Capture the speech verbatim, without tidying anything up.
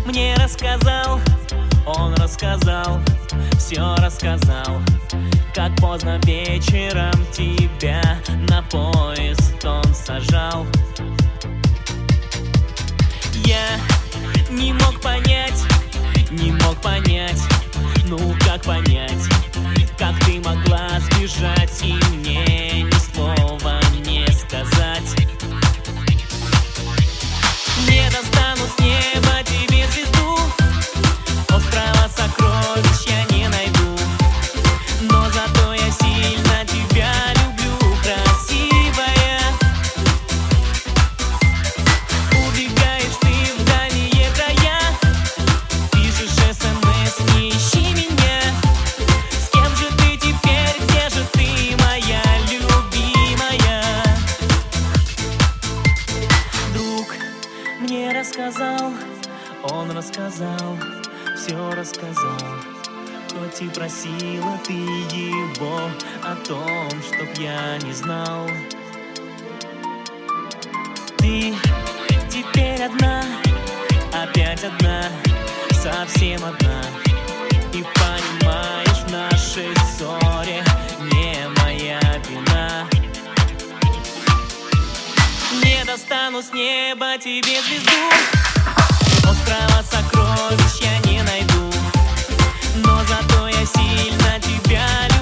мне рассказал, он рассказал, все рассказал, как поздно вечером тебя на поезд он сажал. Я не мог понять, не мог понять, ну как понять, как ты могла сбежать и мне ни слова не сказать. Не достану с неба тебе звезду, острова сокровищ я не найду, но зато я сильно тебя люблю, красивая. Убегаешь ты в дальние края, пишешь смс, не ищи меня. С кем же ты теперь, где же ты, моя любимая? Друг мне рассказал, он рассказал, все рассказал, хоть и просила ты его о том, чтоб я не знал. Ты теперь одна, опять одна, совсем одна, и понимаешь, в нашей ссоре не моя вина. Не достану с неба тебе звезду, острова сокровищ я не найду, но зато я сильно тебя люблю.